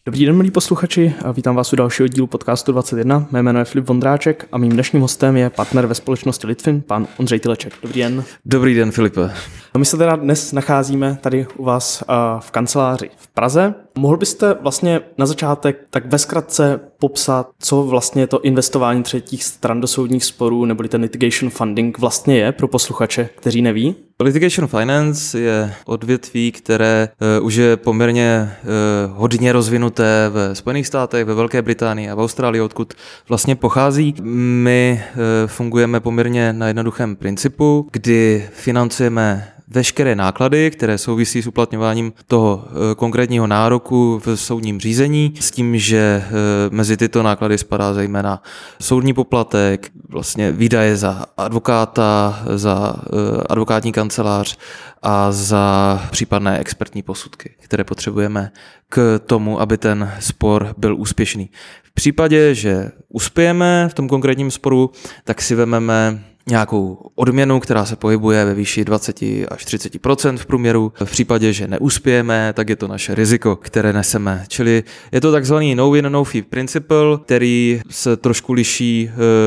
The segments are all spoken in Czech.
Dobrý den, milí posluchači, a vítám vás u dalšího dílu podcastu 21. Mé jméno je Filip Vondráček a mým dnešním hostem je partner ve společnosti Litfin, pan Ondřej Tyleček. Dobrý den. Dobrý den, Filipe. My se teda dnes nacházíme tady u vás v kanceláři v Praze. Mohl byste vlastně na začátek tak ve zkratce popsat, co vlastně to investování třetích stran do soudních sporů neboli ten litigation funding vlastně je pro posluchače, kteří neví? Litigation finance je odvětví, které už je poměrně hodně rozvinuté ve Spojených státech, ve Velké Británii a v Austrálii, odkud vlastně pochází. My fungujeme poměrně na jednoduchém principu, kdy financujeme veškeré náklady, které souvisí s uplatňováním toho konkrétního nároku v soudním řízení, s tím, že mezi tyto náklady spadá zejména soudní poplatek, vlastně výdaje za advokáta, za advokátní kancelář a za případné expertní posudky, které potřebujeme k tomu, aby ten spor byl úspěšný. V případě, že uspějeme v tom konkrétním sporu, tak si vezmeme nějakou odměnu, která se pohybuje ve výši 20 až 30% v průměru. V případě, že neuspějeme, tak je to naše riziko, které neseme. Čili je to takzvaný no win, no fee principle, který se trošku liší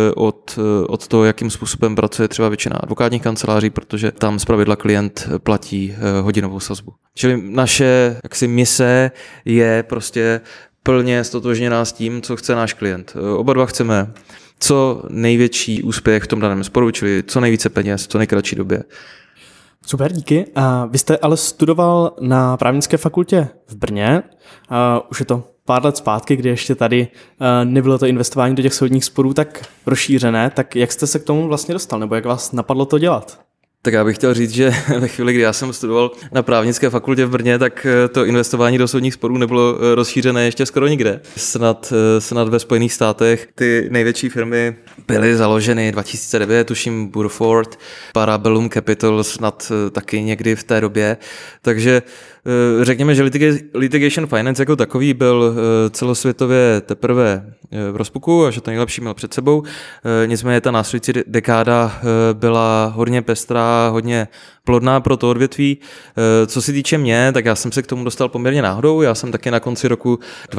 od toho, jakým způsobem pracuje třeba většina advokátních kanceláří, protože tam zpravidla klient platí hodinovou sazbu. Čili naše mise je prostě plně stotožněná s tím, co chce náš klient. Oba dva chceme co největší úspěch v tom daném sporu, čili co nejvíce peněz, co nejkratší době. Super, díky. Vy jste ale studoval na právnické fakultě v Brně. Už je to pár let zpátky, kdy ještě tady nebylo to investování do těch soudních sporů tak rozšířené. Tak jak jste se k tomu vlastně dostal, nebo jak vás napadlo to dělat? Tak já bych chtěl říct, že ve chvíli, kdy já jsem studoval na právnické fakultě v Brně, tak to investování do soudních sporů nebylo rozšířené ještě skoro nikde. Snad ve Spojených státech ty největší firmy byly založeny 2009, tuším Burford, Parabellum Capital snad taky někdy v té době. Takže řekněme, že litigation finance jako takový byl celosvětově teprve v rozpuku a že to nejlepší měl před sebou. Nicméně ta následující dekáda byla hodně pestrá, hodně plodná pro to odvětví. Co se týče mě, tak já jsem se k tomu dostal poměrně náhodou. Já jsem taky na konci roku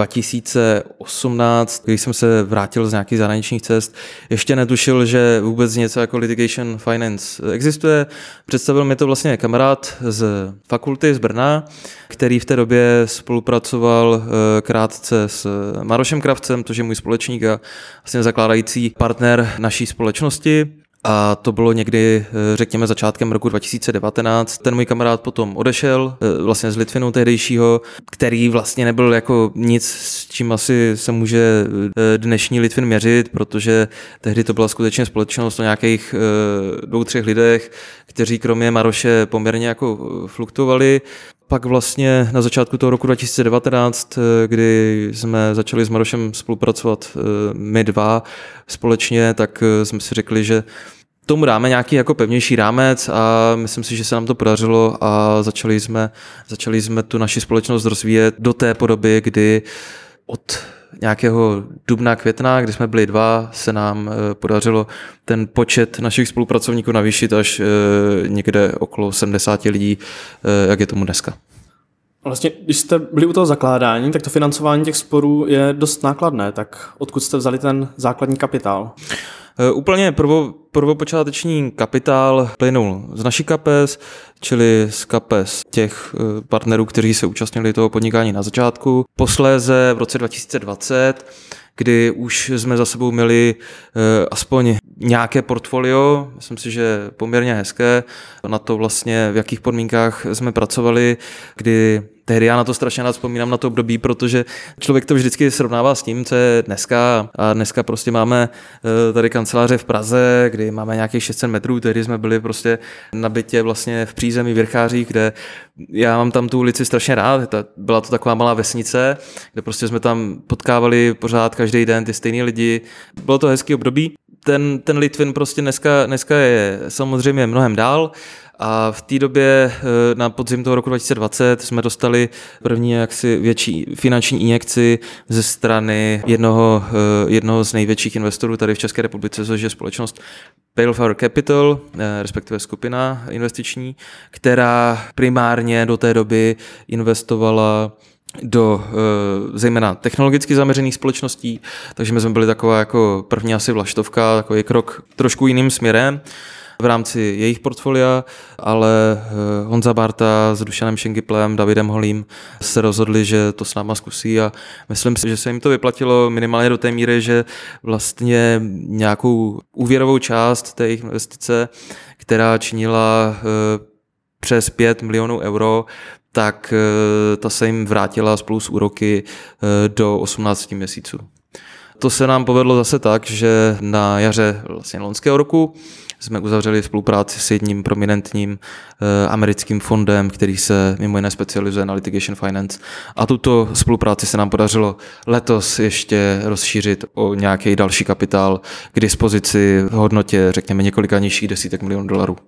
2018, když jsem se vrátil z nějakých zahraničních cest, ještě netušil, že vůbec něco jako litigation finance existuje. Představil mi to vlastně kamarád z fakulty z Brna, který v té době spolupracoval krátce s Marošem Kravcem, což je můj společník a vlastně zakládající partner naší společnosti. A to bylo někdy, řekněme, začátkem roku 2019. Ten můj kamarád potom odešel vlastně z Litfinu tehdejšího, který vlastně nebyl jako nic, s čím asi se může dnešní Litfin měřit, protože tehdy to byla skutečně společnost o nějakých 2-3 lidech, kteří kromě Maroše poměrně jako fluktuovali. Pak vlastně na začátku toho roku 2019, kdy jsme začali s Marošem spolupracovat my dva společně, tak jsme si řekli, že tomu dáme nějaký jako pevnější rámec a myslím si, že se nám to podařilo a začali jsme tu naši společnost rozvíjet do té podoby, kdy od nějakého dubna, května, kdy jsme byli dva, se nám podařilo ten počet našich spolupracovníků navýšit až někde okolo 70 lidí, jak je tomu dneska. Vlastně, když jste byli u toho zakládání, tak to financování těch sporů je dost nákladné, tak odkud jste vzali ten základní kapitál? Úplně prvopočáteční kapitál plynul z naší kapes, čili z kapes těch partnerů, kteří se účastnili toho podnikání na začátku. Posléze v roce 2020, kdy už jsme za sebou měli aspoň nějaké portfolio, myslím si, že poměrně hezké, na to vlastně, v jakých podmínkách jsme pracovali, kdy tehdy já na to strašně rád vzpomínám na to období, protože člověk to vždycky srovnává s tím, co je dneska. A dneska prostě máme tady kanceláře v Praze, kdy máme nějakých 600 metrů, tehdy jsme byli prostě na bytě vlastně v přízemí v Virchářích, kde já mám tam tu ulici strašně rád. Byla to taková malá vesnice, kde prostě jsme tam potkávali pořád každý den ty stejný lidi. Bylo to hezký období. Ten Litfin prostě dneska je samozřejmě mnohem dál. A v té době na podzim toho roku 2020 jsme dostali první jaksi větší finanční injekci ze strany jednoho z největších investorů tady v České republice, což je společnost Pale Flower Capital, respektive skupina investiční, která primárně do té doby investovala do zejména technologicky zaměřených společností, takže my jsme byli taková jako první asi vlaštovka, takový krok trošku jiným směrem v rámci jejich portfolia, ale Honza Bárta s Dušanem Šengiplem, Davidem Holým se rozhodli, že to s náma zkusí a myslím si, že se jim to vyplatilo minimálně do té míry, že vlastně nějakou úvěrovou část té jejich investice, která činila přes 5 milionů euro, tak ta se jim vrátila spolu s úroky do 18 měsíců. To se nám povedlo zase tak, že na jaře vlastně loňského roku jsme uzavřeli spolupráci s jedním prominentním americkým fondem, který se mimo jiné specializuje na litigation finance. A tuto spolupráci se nám podařilo letos ještě rozšířit o nějaký další kapitál k dispozici v hodnotě, řekněme, několika nižších desítek milionů dolarů.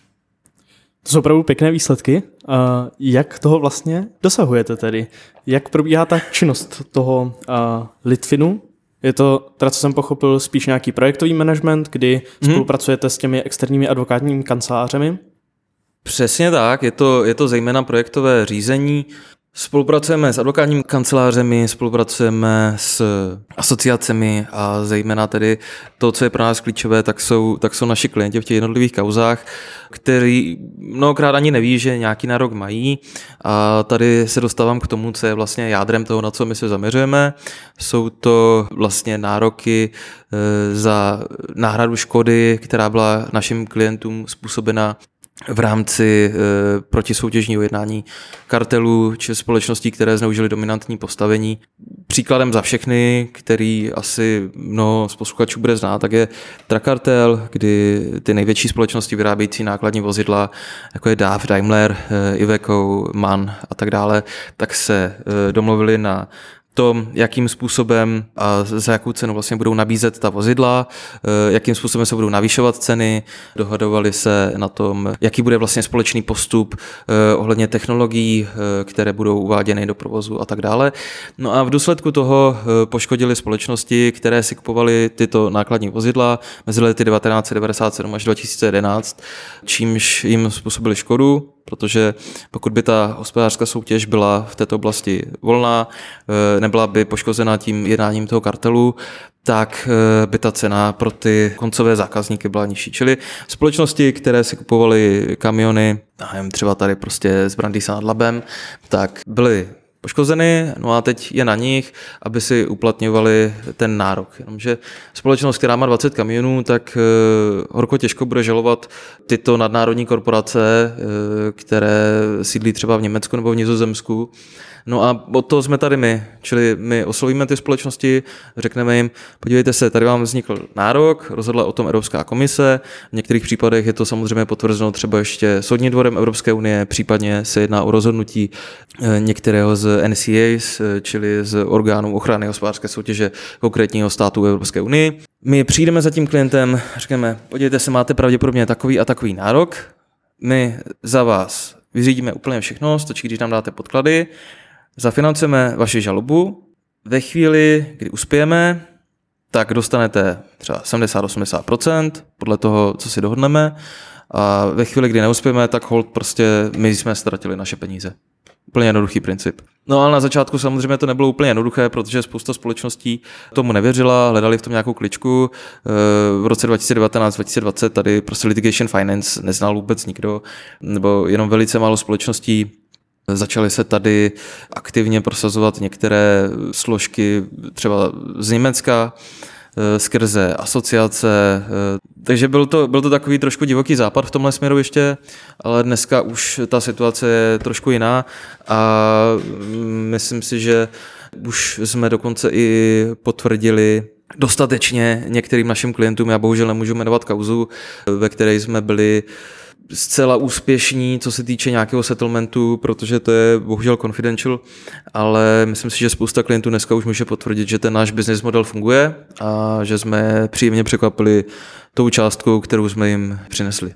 To jsou opravdu pěkné výsledky. Jak toho vlastně dosahujete tedy? Jak probíhá ta činnost toho Litfinu? Je to, teda co jsem pochopil, spíš nějaký projektový management, kdy spolupracujete s těmi externími advokátními kancelářemi? Přesně tak, je to zejména projektové řízení. Spolupracujeme s advokátními kancelářemi, spolupracujeme s asociacemi a zejména tedy to, co je pro nás klíčové, tak jsou naši klienti v těch jednotlivých kauzách, který mnohokrát ani neví, že nějaký nárok mají. A tady se dostávám k tomu, co je vlastně jádrem toho, na co my se zaměřujeme. Jsou to vlastně nároky za náhradu škody, která byla našim klientům způsobena v rámci protisoutěžního jednání kartelů či společností, které zneužily dominantní postavení. Příkladem za všechny, který asi mnoho z posluchačů bude znát, tak je Trakartel, kdy ty největší společnosti vyrábějící nákladní vozidla, jako je DAF, Daimler, Iveco, MAN a tak dále, tak se domluvili na tom, jakým způsobem a za jakou cenu vlastně budou nabízet ta vozidla, jakým způsobem se budou navyšovat ceny, dohadovali se na tom, jaký bude vlastně společný postup ohledně technologií, které budou uváděny do provozu a tak dále. No a v důsledku toho poškodili společnosti, které si kupovaly tyto nákladní vozidla mezi lety 1997 až 2011, čímž jim způsobili škodu, protože pokud by ta hospodářská soutěž byla v této oblasti volná, nebyla by poškozena tím jednáním toho kartelu, tak by ta cena pro ty koncové zákazníky byla nižší. Čili společnosti, které si kupovaly kamiony, třeba tady prostě z Brandýsa nad Labem, tak byly poškozeny, no a teď je na nich, aby si uplatňovali ten nárok. Jenomže společnost, která má 20 kamionů, tak horko těžko bude žalovat tyto nadnárodní korporace, které sídlí třeba v Německu nebo v Nizozemsku. No a od toho jsme tady my, čili my oslovíme ty společnosti, řekneme jim, podívejte se, tady vám vznikl nárok, rozhodla o tom Evropská komise, v některých případech je to samozřejmě potvrzeno třeba ještě soudním dvorem Evropské unie, případně se jedná o rozhodnutí některého z NCAs, čili z orgánů ochrany hospodářské soutěže konkrétního státu Evropské unii. My přijdeme za tím klientem, řekneme, podívejte se, máte pravděpodobně takový a takový nárok, my za vás vyřídíme úplně všechno, stačí, když nám dáte podklady, zafinancujeme vaši žalobu. Ve chvíli, kdy uspějeme, tak dostanete třeba 70-80% podle toho, co si dohodneme. A ve chvíli, kdy neuspějeme, tak hold prostě my jsme ztratili naše peníze. Úplně jednoduchý princip. No ale na začátku samozřejmě to nebylo úplně jednoduché, protože spousta společností tomu nevěřila, hledali v tom nějakou kličku. V roce 2019-2020 tady prostě litigation finance neznal vůbec nikdo, nebo jenom velice málo společností. Začaly se tady aktivně prosazovat některé složky třeba z Německa skrze asociace, takže byl to takový trošku divoký západ v tomhle směru ještě, ale dneska už ta situace je trošku jiná a myslím si, že už jsme dokonce i potvrdili dostatečně některým našim klientům, já bohužel nemůžu jmenovat kauzu, ve které jsme byli zcela úspěšní, co se týče nějakého settlementu, protože to je bohužel confidential, ale myslím si, že spousta klientů dneska už může potvrdit, že ten náš business model funguje a že jsme příjemně překvapili tou částkou, kterou jsme jim přinesli.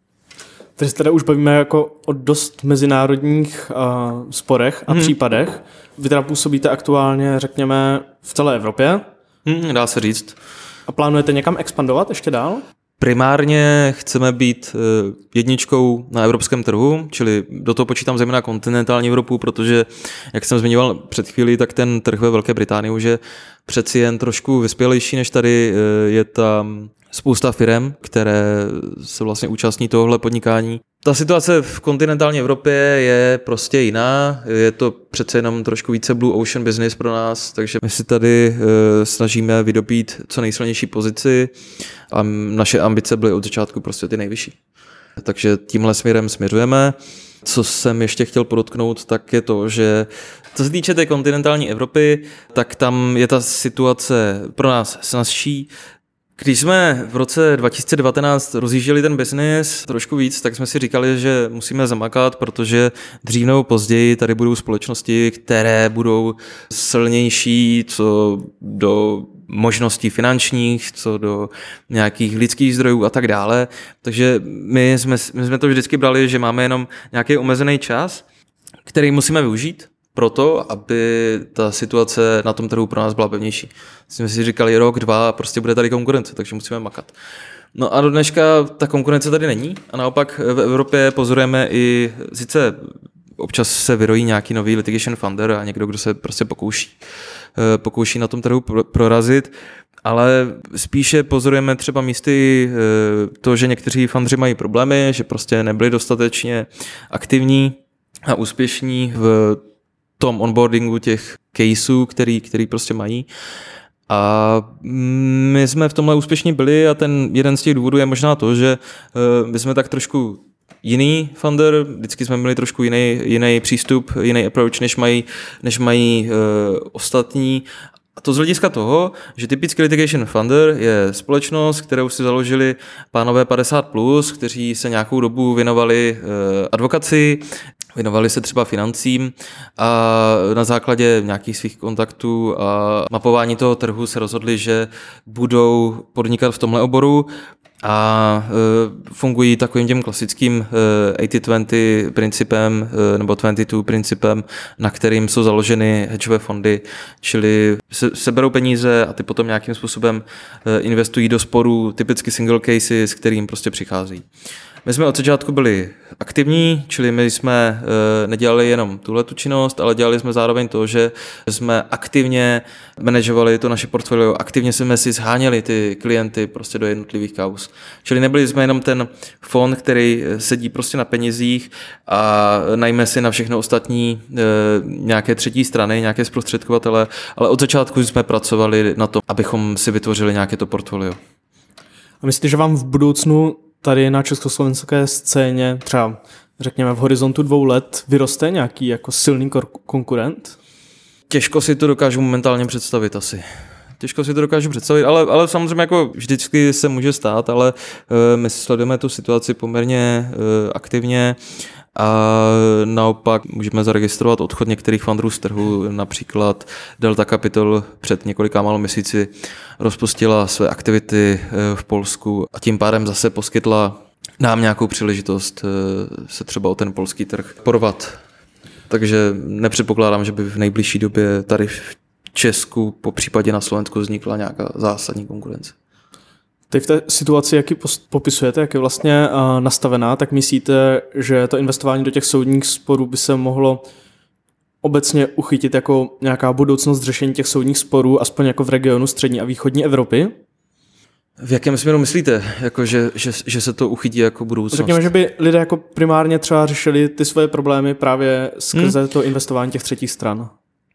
Takže teda už bavíme jako o dost mezinárodních sporech a případech. Vy teda působíte aktuálně, řekněme, v celé Evropě. Dá se říct. A plánujete někam expandovat ještě dál? Primárně chceme být jedničkou na evropském trhu, čili do toho počítám zejména kontinentální Evropu, protože, jak jsem zmiňoval před chvílí, tak ten trh ve Velké Británii už je přeci jen trošku vyspělejší než tady. Je tam spousta firem, které se vlastně účastní tohohle podnikání. Ta situace v kontinentální Evropě je prostě jiná, je to přece jenom trošku více blue ocean business pro nás, takže my si tady snažíme vydobít co nejsilnější pozici a naše ambice byly od začátku prostě ty nejvyšší. Takže tímhle směrem směřujeme. Co jsem ještě chtěl podotknout, tak je to, že co se týče té kontinentální Evropy, tak tam je ta situace pro nás snazší. Když jsme v roce 2019 rozjížděli ten biznis trošku víc, tak jsme si říkali, že musíme zamakat, protože dřív nebo později tady budou společnosti, které budou silnější co do možností finančních, co do nějakých lidských zdrojů a tak dále. Takže my jsme to vždycky brali, že máme jenom nějaký omezený čas, který musíme využít proto, aby ta situace na tom trhu pro nás byla pevnější. Jsme si říkali rok, 2 a prostě bude tady konkurence, takže musíme makat. No a do dneška ta konkurence tady není a naopak v Evropě pozorujeme i, sice občas se vyrojí nějaký nový litigation funder a někdo, kdo se prostě pokouší na tom trhu prorazit, ale spíše pozorujeme třeba místy to, že někteří fundři mají problémy, že prostě nebyli dostatečně aktivní a úspěšní v tom onboardingu těch caseů, který prostě mají. A my jsme v tomhle úspěšní byli a ten jeden z těch důvodů je možná to, že my jsme tak trošku jiný funder, vždycky jsme měli trošku jiný přístup, jiný approach, než mají ostatní. A to z hlediska toho, že typický litigation funder je společnost, kterou si založili pánové 50+, kteří se nějakou dobu věnovali advokaci, věnovali se třeba financím a na základě nějakých svých kontaktů a mapování toho trhu se rozhodli, že budou podnikat v tomhle oboru a fungují takovým těm klasickým 80-20 principem nebo 22 principem, na kterým jsou založeny hedžové fondy, čili seberou peníze a ty potom nějakým způsobem investují do sporů, typicky single cases, s kterým prostě přichází. My jsme od začátku byli aktivní, čili my jsme nedělali jenom tuhletu činnost, ale dělali jsme zároveň to, že jsme aktivně manažovali to naše portfolio, aktivně jsme si zháněli ty klienty prostě do jednotlivých kauz. Čili nebyli jsme jenom ten fond, který sedí prostě na penězích a najme si na všechno ostatní nějaké třetí strany, nějaké zprostředkovatele, ale od začátku jsme pracovali na tom, abychom si vytvořili nějaké to portfolio. A myslíte, že vám v budoucnu tady na československé scéně třeba řekněme v horizontu 2 let vyroste nějaký jako silný konkurent? Těžko si to dokážu momentálně představit asi. Těžko si to dokážu představit, ale samozřejmě jako vždycky se může stát, ale my sledujeme tu situaci poměrně aktivně a naopak můžeme zaregistrovat odchod některých fundrů z trhu, například Delta Capital před několika málo měsíci rozpustila své aktivity v Polsku a tím pádem zase poskytla nám nějakou příležitost se třeba o ten polský trh porvat. Takže nepředpokládám, že by v nejbližší době tady v Česku, po případě na Slovensku vznikla nějaká zásadní konkurence. Teď v té situaci, jak ji popisujete, jak je vlastně nastavená, tak myslíte, že to investování do těch soudních sporů by se mohlo obecně uchytit jako nějaká budoucnost řešení těch soudních sporů, aspoň jako v regionu střední a východní Evropy? V jakém směru myslíte, jako že se to uchytí jako budoucnost? Řekněme, že by lidé jako primárně třeba řešili ty svoje problémy právě skrze to investování těch třetích stran.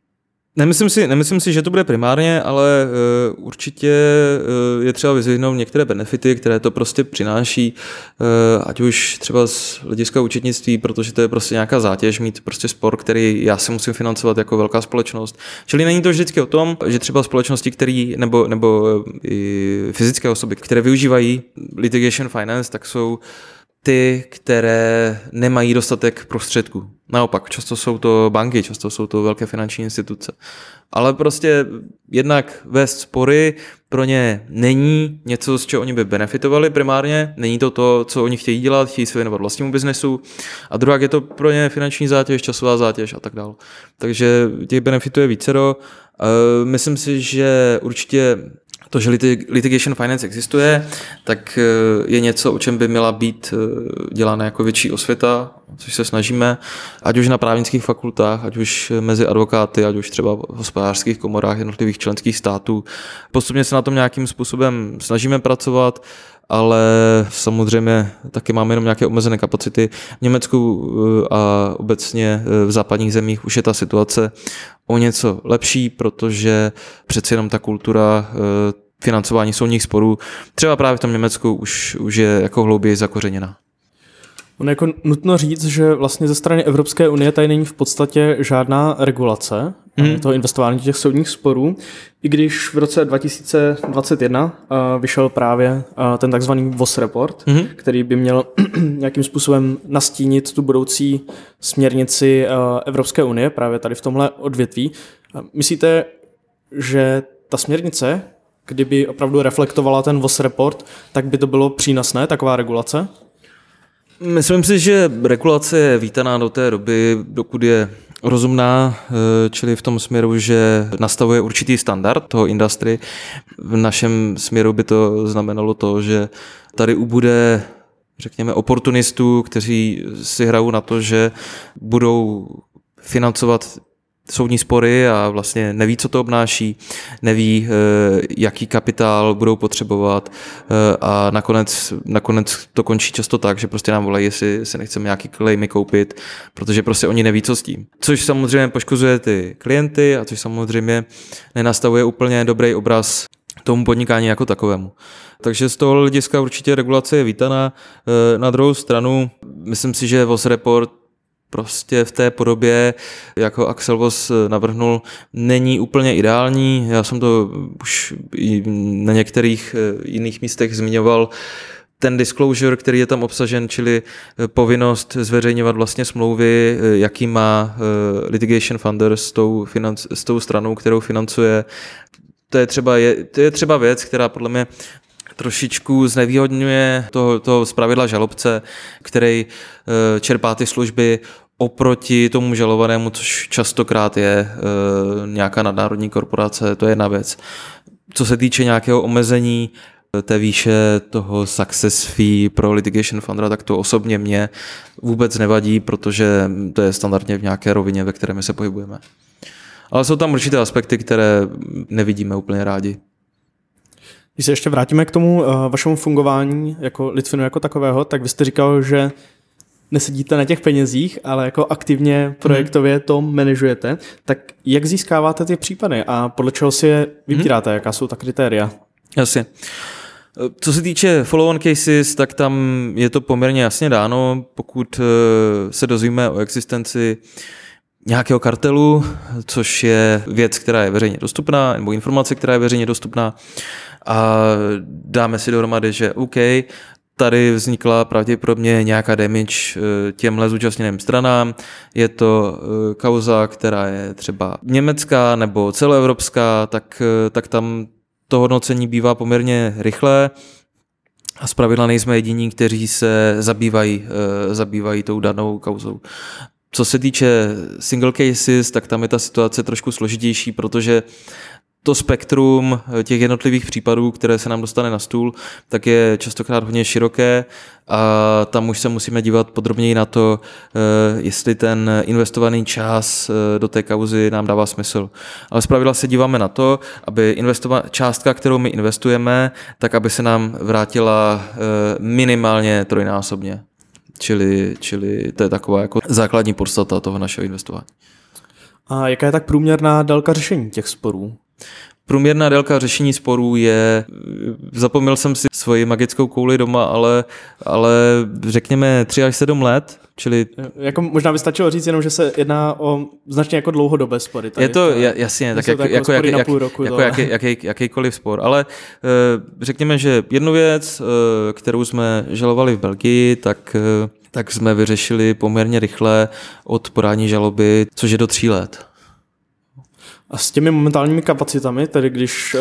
Nemyslím si, že to bude primárně, ale určitě je třeba vyzvihnout některé benefity, které to prostě přináší, ať už třeba z hlediska účetnictví, protože to je prostě nějaká zátěž mít prostě spor, který já si musím financovat jako velká společnost. Čili není to vždycky o tom, že třeba společnosti, nebo i fyzické osoby, které využívají litigation finance, tak jsou ty, které nemají dostatek prostředků. Naopak, často jsou to banky, často jsou to velké finanční instituce. Ale prostě jednak vést spory pro ně není něco, z čeho oni by benefitovali primárně, není to, co oni chtějí dělat, chtějí se věnovat vlastnímu biznesu a druhá je to pro ně finanční zátěž, časová zátěž a tak dále. Takže těch benefitů je vícero. Myslím si, že určitě To, že litigation finance existuje, tak je něco, o čem by měla být dělána jako větší osvěta, což se snažíme, ať už na právnických fakultách, ať už mezi advokáty, ať už třeba v hospodářských komorách jednotlivých členských států. Postupně se na tom nějakým způsobem snažíme pracovat, ale samozřejmě taky máme jenom nějaké omezené kapacity. V Německu a obecně v západních zemích už je ta situace o něco lepší, protože přeci jenom ta kultura financování soudních sporů třeba právě v tom Německu už je jako hlouběji zakořeněna. Ono jako nutno říct, že vlastně ze strany Evropské unie tady není v podstatě žádná regulace toho investování těch soudních sporů, i když v roce 2021 vyšel právě ten takzvaný VOS report, který by měl nějakým způsobem nastínit tu budoucí směrnici Evropské unie právě tady v tomhle odvětví. Myslíte, že ta směrnice, kdyby opravdu reflektovala ten VOS report, tak by to bylo přínosné, taková regulace? Myslím si, že regulace je vítaná do té doby, dokud je rozumná, čili v tom směru, že nastavuje určitý standard toho industry. V našem směru by to znamenalo to, že tady ubude, řekněme, oportunistů, kteří si hrajou na to, že budou financovat soudní spory a vlastně neví, co to obnáší, neví, jaký kapitál budou potřebovat a nakonec to končí často tak, že prostě nám volají, jestli si nechceme nějaký claimy koupit, protože prostě oni neví, co s tím. Což samozřejmě poškozuje ty klienty a což samozřejmě nenastavuje úplně dobrý obraz tomu podnikání jako takovému. Takže z toho hlediska určitě regulace je vítaná. Na druhou stranu, myslím si, že VOS report prostě v té podobě, jako Axel Voss navrhnul, není úplně ideální. Já jsem to už i na některých jiných místech zmiňoval. Ten disclosure, který je tam obsažen, čili povinnost zveřejňovat vlastně smlouvy, jaký má litigation funder s tou stranou, kterou financuje. To je třeba věc, která podle mě trošičku znevýhodňuje toho zpravidla žalobce, který čerpá ty služby oproti tomu žalovanému, což častokrát je nějaká nadnárodní korporace, to je jedna věc. Co se týče nějakého omezení té výše toho success fee pro litigation fundera, tak to osobně mě vůbec nevadí, protože to je standardně v nějaké rovině, ve které my se pohybujeme. Ale jsou tam určité aspekty, které nevidíme úplně rádi. Když se ještě vrátíme k tomu vašemu fungování jako Litfinu jako takového, tak vy jste říkal, že nesedíte na těch penězích, ale jako aktivně projektově to manažujete. Tak jak získáváte ty případy a podle čeho si je vybíráte? Jaká jsou ta kritéria? Jasně. Co se týče follow-on cases, tak tam je to poměrně jasně dáno. Pokud se dozvíme o existenci nějakého kartelu, což je věc, která je veřejně dostupná, nebo informace, která je veřejně dostupná, a dáme si dohromady, že OK, tady vznikla pravděpodobně nějaká damage těmhle zúčastněným stranám. Je to kauza, která je třeba německá nebo celoevropská, tak tam to hodnocení bývá poměrně rychlé a zpravidla nejsme jediní, kteří se zabývají tou danou kauzou. Co se týče single cases, tak tam je ta situace trošku složitější, protože to spektrum těch jednotlivých případů, které se nám dostane na stůl, tak je častokrát hodně široké a tam už se musíme dívat podrobněji na to, jestli ten investovaný čas do té kauzy nám dává smysl. Ale zpravidla se díváme na to, aby částka, kterou my investujeme, tak aby se nám vrátila minimálně trojnásobně. Čili to je taková jako základní podstata toho našeho investování. A jaká je tak průměrná délka řešení těch sporů? Průměrná délka řešení sporů je, zapomněl jsem si svoji magickou kouli doma, ale řekněme 3 až 7 let, čili... Jako možná by stačilo říct jenom, že se jedná o značně jako dlouhodobé spory. Tady. Je to jasně, tak jakýkoliv spor, ale řekněme, že jednu věc, kterou jsme žalovali v Belgii, tak jsme vyřešili poměrně rychle od podání žaloby, což je do 3 let. A s těmi momentálními kapacitami, tedy když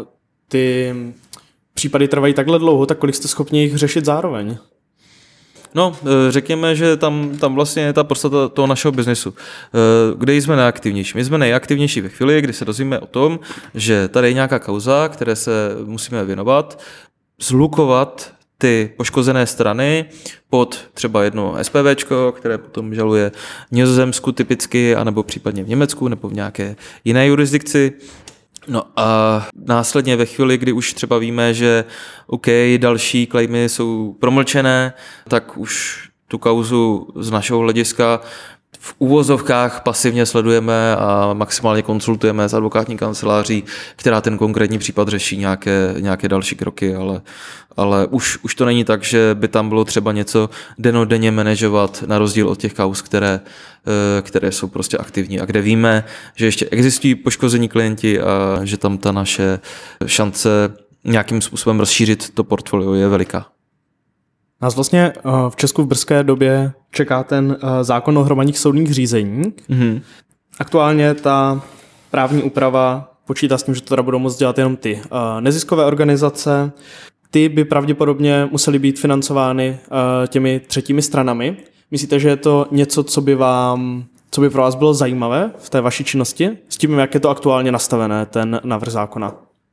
ty případy trvají takhle dlouho, tak kolik jste schopni jich řešit zároveň? No, řekněme, že tam vlastně je ta podstata toho našeho biznesu. Kde jsme nejaktivnější? My jsme nejaktivnější ve chvíli, kdy se dozvíme o tom, že tady je nějaká kauza, které se musíme věnovat, zlukovat ty poškozené strany pod třeba jedno SPVčko, které potom žaluje v Nizozemsku typicky, anebo případně v Německu, nebo v nějaké jiné jurisdikci. No a následně ve chvíli, kdy už třeba víme, že OK, další claimy jsou promlčené, tak už tu kauzu z našeho hlediska v uvozovkách pasivně sledujeme a maximálně konsultujeme s advokátní kanceláří, která ten konkrétní případ řeší nějaké další kroky, ale už to není tak, že by tam bylo třeba něco dennodenně manažovat na rozdíl od těch kauz, které jsou prostě aktivní a kde víme, že ještě existují poškození klienti a že tam ta naše šance nějakým způsobem rozšířit to portfolio je veliká. Nás vlastně v Česku v brzké době čeká ten zákon o hromadných soudních řízení. Mm-hmm. Aktuálně ta právní úprava počítá s tím, že to teda budou moct dělat jenom ty neziskové organizace. Ty by pravděpodobně musely být financovány těmi třetími stranami. Myslíte, že je to něco, co by pro vás bylo zajímavé v té vaší činnosti? S tím, jak je to aktuálně nastavené, ten návrh zákona?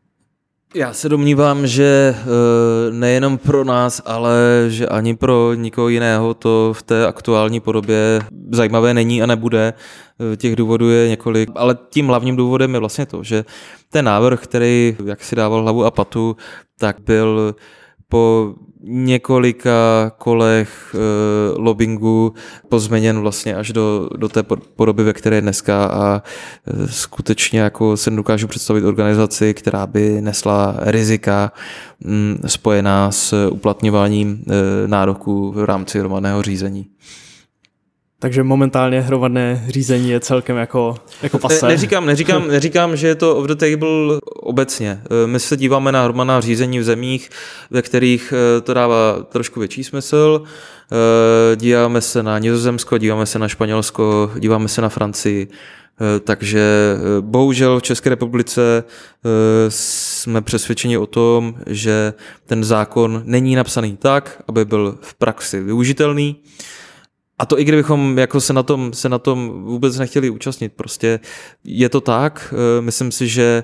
Já se domnívám, že nejenom pro nás, ale že ani pro nikoho jiného to v té aktuální podobě zajímavé není a nebude. Těch důvodů je několik, ale tím hlavním důvodem je vlastně to, že ten návrh, který jak si dával hlavu a patu, tak byl po několika kolech lobbingu pozměněn vlastně až do té podoby, ve které je dneska a skutečně jako se dokážu představit organizaci, která by nesla rizika spojená s uplatňováním nároků v rámci hromadného řízení. Takže momentálně hromadné řízení je celkem jako pasé. Neříkám, že je to off the table obecně. My se díváme na hromadná řízení v zemích, ve kterých to dává trošku větší smysl. Díváme se na Nizozemsko, díváme se na Španělsko, díváme se na Francii. Takže bohužel v České republice jsme přesvědčeni o tom, že ten zákon není napsaný tak, aby byl v praxi využitelný. A to i kdybychom jako se na tom vůbec nechtěli účastnit, prostě je to tak, myslím si, že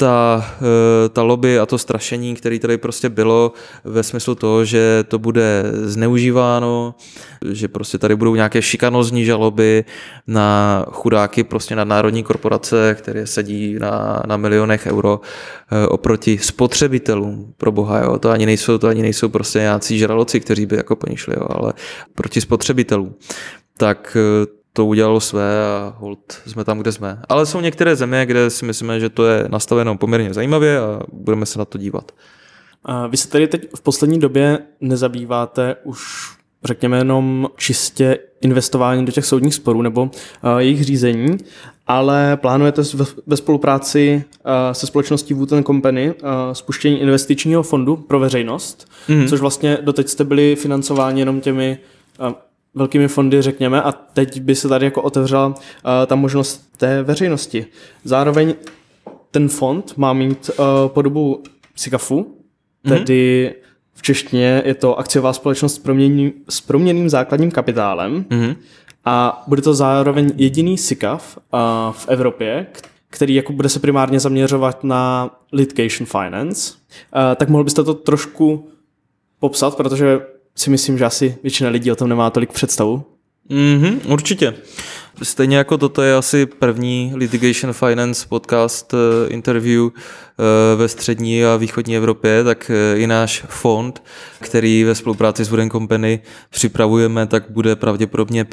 ta lobby a to strašení, které tady prostě bylo ve smyslu toho, že to bude zneužíváno, že prostě tady budou nějaké šikanózní žaloby na chudáky prostě nadnárodní korporace, které sedí na milionech euro oproti spotřebitelům, pro boha, jo, to ani nejsou prostě nějací žraloci, kteří by jako po ní šli, jo, ale proti spotřebitelům. Tak to udělalo své a hold jsme tam, kde jsme. Ale jsou některé země, kde si myslíme, že to je nastaveno poměrně zajímavě a budeme se na to dívat. Vy se tady teď v poslední době nezabýváte už, řekněme, jenom čistě investování do těch soudních sporů nebo jejich řízení, ale plánujete ve spolupráci se společností Wood & Company spuštění investičního fondu pro veřejnost, což vlastně doteď jste byli financováni jenom těmi velkými fondy, řekněme, a teď by se tady jako otevřela ta možnost té veřejnosti. Zároveň ten fond má mít podobu SICAFu, tedy v češtině je to akciová společnost s proměnným základním kapitálem a bude to zároveň jediný SICAF v Evropě, který jako bude se primárně zaměřovat na litigation finance. Tak mohl byste to trošku popsat, protože si myslím, že asi většina lidí o tom nemá tolik představu. Určitě. Stejně jako toto je asi první litigation finance podcast interview ve střední a východní Evropě, tak i náš fond, který ve spolupráci s Wood & Company připravujeme, tak bude pravděpodobně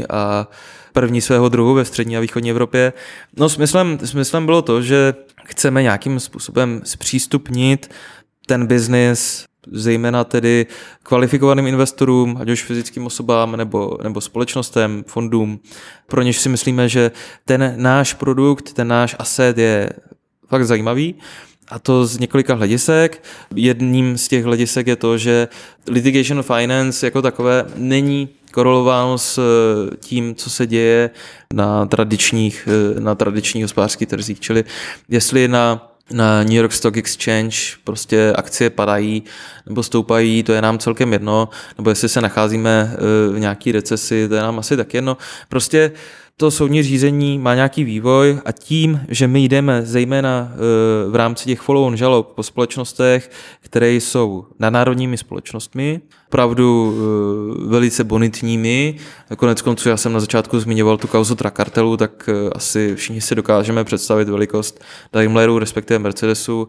první svého druhu ve střední a východní Evropě. No smyslem bylo to, že chceme nějakým způsobem zpřístupnit ten biznis zejména tedy kvalifikovaným investorům, ať už fyzickým osobám nebo společnostem, fondům, pro něž si myslíme, že ten náš produkt, ten náš asset je fakt zajímavý. A to z několika hledisek. Jedním z těch hledisek je to, že litigation finance jako takové není korelováno s tím, co se děje na tradičních hospodářských trzích. Čili jestli na na New York Stock Exchange prostě akcie padají nebo stoupají, to je nám celkem jedno, nebo jestli se nacházíme v nějaký recesi, to je nám asi tak jedno. Prostě to soudní řízení má nějaký vývoj a tím, že my jdeme zejména v rámci těch follow-on žalob po společnostech, které jsou nadnárodními společnostmi, opravdu velice bonitními. Konec konců já jsem na začátku zmiňoval tu kauzu Trakartelu, tak asi všichni si dokážeme představit velikost Daimleru, respektive Mercedesu,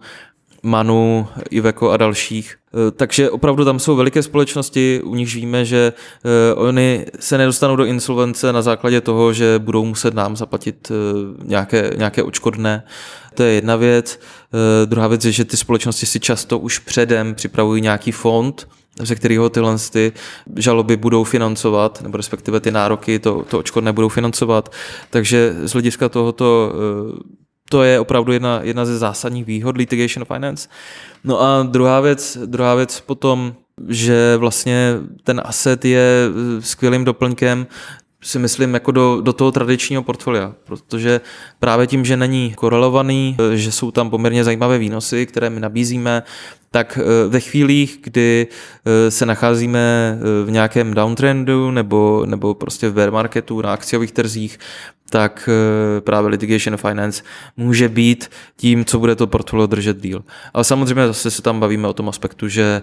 Manu, Iveco a dalších. Takže opravdu tam jsou veliké společnosti, u nich víme, že oni se nedostanou do insolvence na základě toho, že budou muset nám zaplatit nějaké odškodné. To je jedna věc. Druhá věc je, že ty společnosti si často už předem připravují nějaký fond, ze kterého tyhle žaloby budou financovat, nebo respektive ty nároky, to odškodné budou financovat. Takže z hlediska tohoto to je opravdu jedna ze zásadních výhod litigation finance. No a druhá věc potom, že vlastně ten asset je skvělým doplňkem, si myslím, jako do toho tradičního portfolia, protože právě tím, že není korelovaný, že jsou tam poměrně zajímavé výnosy, které my nabízíme, tak ve chvílích, kdy se nacházíme v nějakém downtrendu nebo prostě v bear marketu na akciových trzích, tak právě litigation finance může být tím, co bude to portfolio držet díl. Ale samozřejmě zase se tam bavíme o tom aspektu, že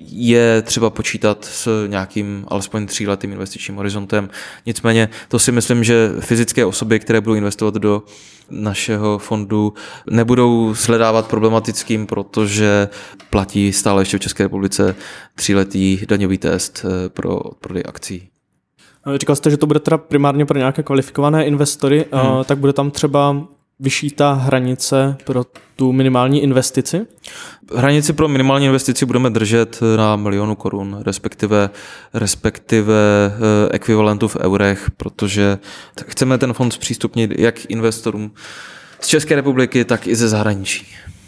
je třeba počítat s nějakým alespoň 3letým investičním horizontem. Nicméně to si myslím, že fyzické osoby, které budou investovat do našeho fondu, nebudou shledávat problematickým, protože platí stále ještě v České republice 3letý daňový test pro prodej akcí. Říkal jste, že to bude teda primárně pro nějaké kvalifikované investory, tak bude tam třeba vyšší ta hranice pro tu minimální investici? Hranici pro minimální investici budeme držet na 1 000 000 korun, respektive ekvivalentu v eurech, protože chceme ten fond zpřístupnit jak investorům z České republiky, tak i ze zahraničí.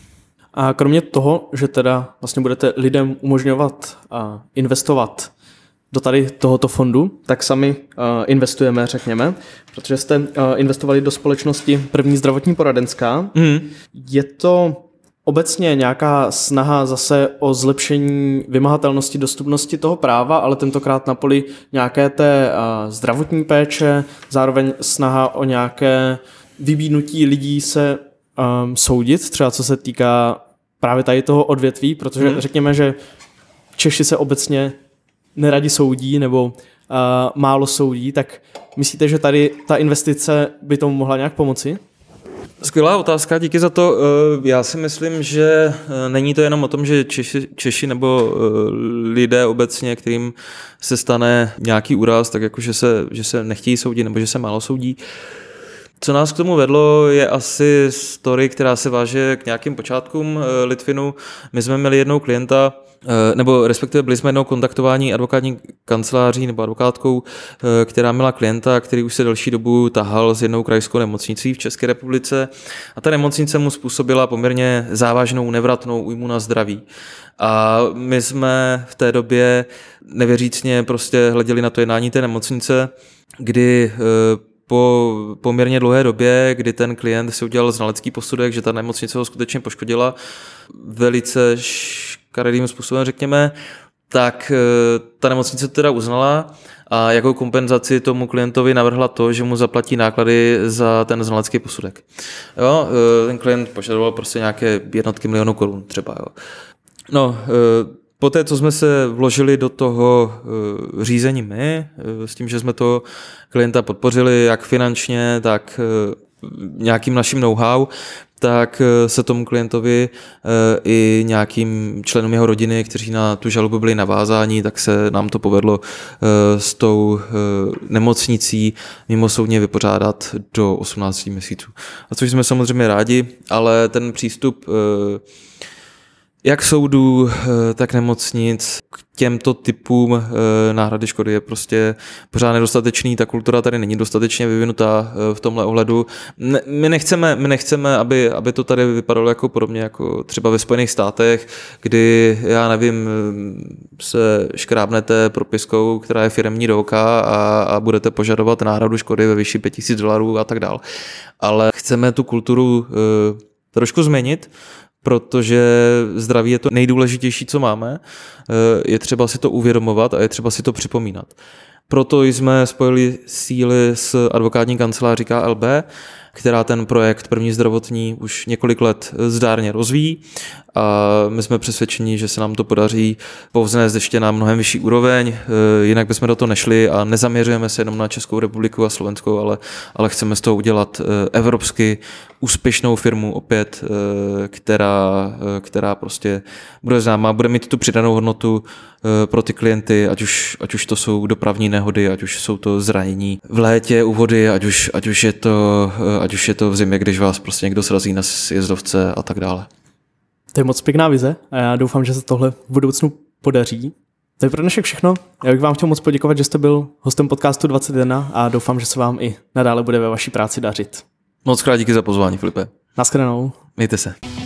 A kromě toho, že teda vlastně budete lidem umožňovat investovat do tady tohoto fondu, tak sami investujeme, řekněme, protože jste investovali do společnosti První zdravotní poradenská. Je to obecně nějaká snaha zase o zlepšení vymahatelnosti, dostupnosti toho práva, ale tentokrát na poli nějaké té zdravotní péče, zároveň snaha o nějaké vybídnutí lidí se soudit, třeba co se týká právě tady toho odvětví, protože řekněme, že Češi se obecně neradi soudí nebo málo soudí, tak myslíte, že tady ta investice by tomu mohla nějak pomoci? Skvělá otázka, díky za to. Já si myslím, že není to jenom o tom, že Češi nebo lidé obecně, kterým se stane nějaký úraz, tak jako že se nechtějí soudit nebo že se málo soudí. Co nás k tomu vedlo, je asi story, která se váže k nějakým počátkům Litvinu. My jsme měli jednou klienta, nebo respektive byli jsme jednou kontaktování advokátní kanceláří nebo advokátkou, která měla klienta, který už se delší dobu tahal s jednou krajskou nemocnicí v České republice a ta nemocnice mu způsobila poměrně závažnou nevratnou újmu na zdraví. A my jsme v té době nevěřícně prostě hleděli na to jednání té nemocnice, kdy po poměrně dlouhé době, kdy ten klient si udělal znalecký posudek, že ta nemocnice ho skutečně poškodila velice škaredým způsobem, řekněme, tak ta nemocnice to teda uznala a jako kompenzaci tomu klientovi navrhla to, že mu zaplatí náklady za ten znalecký posudek. Jo, ten klient požadoval prostě nějaké jednotky milionů korun třeba. Jo. No, poté, co jsme se vložili do toho řízení my, s tím, že jsme to klienta podpořili jak finančně, tak nějakým naším know-how, tak se tomu klientovi i nějakým členům jeho rodiny, kteří na tu žalobu byli navázáni, tak se nám to povedlo s tou nemocnicí mimosoudně vypořádat do 18 měsíců. A což jsme samozřejmě rádi, ale ten přístup jak soudů, tak nemocnic k těmto typům náhrady škody je prostě pořád nedostatečný, ta kultura tady není dostatečně vyvinutá v tomhle ohledu. My nechceme, aby to tady vypadalo jako podobně jako třeba ve Spojených státech, kdy, já nevím, se škrábnete propiskou, která je firemní do oka a budete požadovat náhradu škody ve výši $5,000 a tak dál. Ale chceme tu kulturu trošku změnit, protože zdraví je to nejdůležitější, co máme. Je třeba si to uvědomovat a je třeba si to připomínat. Proto jsme spojili síly s advokátní kanceláří KLB, která ten projekt První zdravotní už několik let zdárně rozvíjí a my jsme přesvědčeni, že se nám to podaří povznést ještě na mnohem vyšší úroveň, jinak bychom do toho nešli a nezaměřujeme se jenom na Českou republiku a Slovenskou, ale chceme z toho udělat evropsky úspěšnou firmu opět, která prostě bude známá, bude mít tu přidanou hodnotu pro ty klienty, ať už to jsou dopravní nehody, ať už jsou to zranění v létě u vody, ať už je to v zimě, když vás prostě někdo srazí na sjezdovce a tak dále. To je moc pěkná vize a já doufám, že se tohle v budoucnu podaří. To je pro dnešek všechno. Já bych vám chtěl moc poděkovat, že jste byl hostem podcastu 21 a doufám, že se vám i nadále bude ve vaší práci dařit. Moc krát díky za pozvání, Filipe. Naschledanou. Mějte se.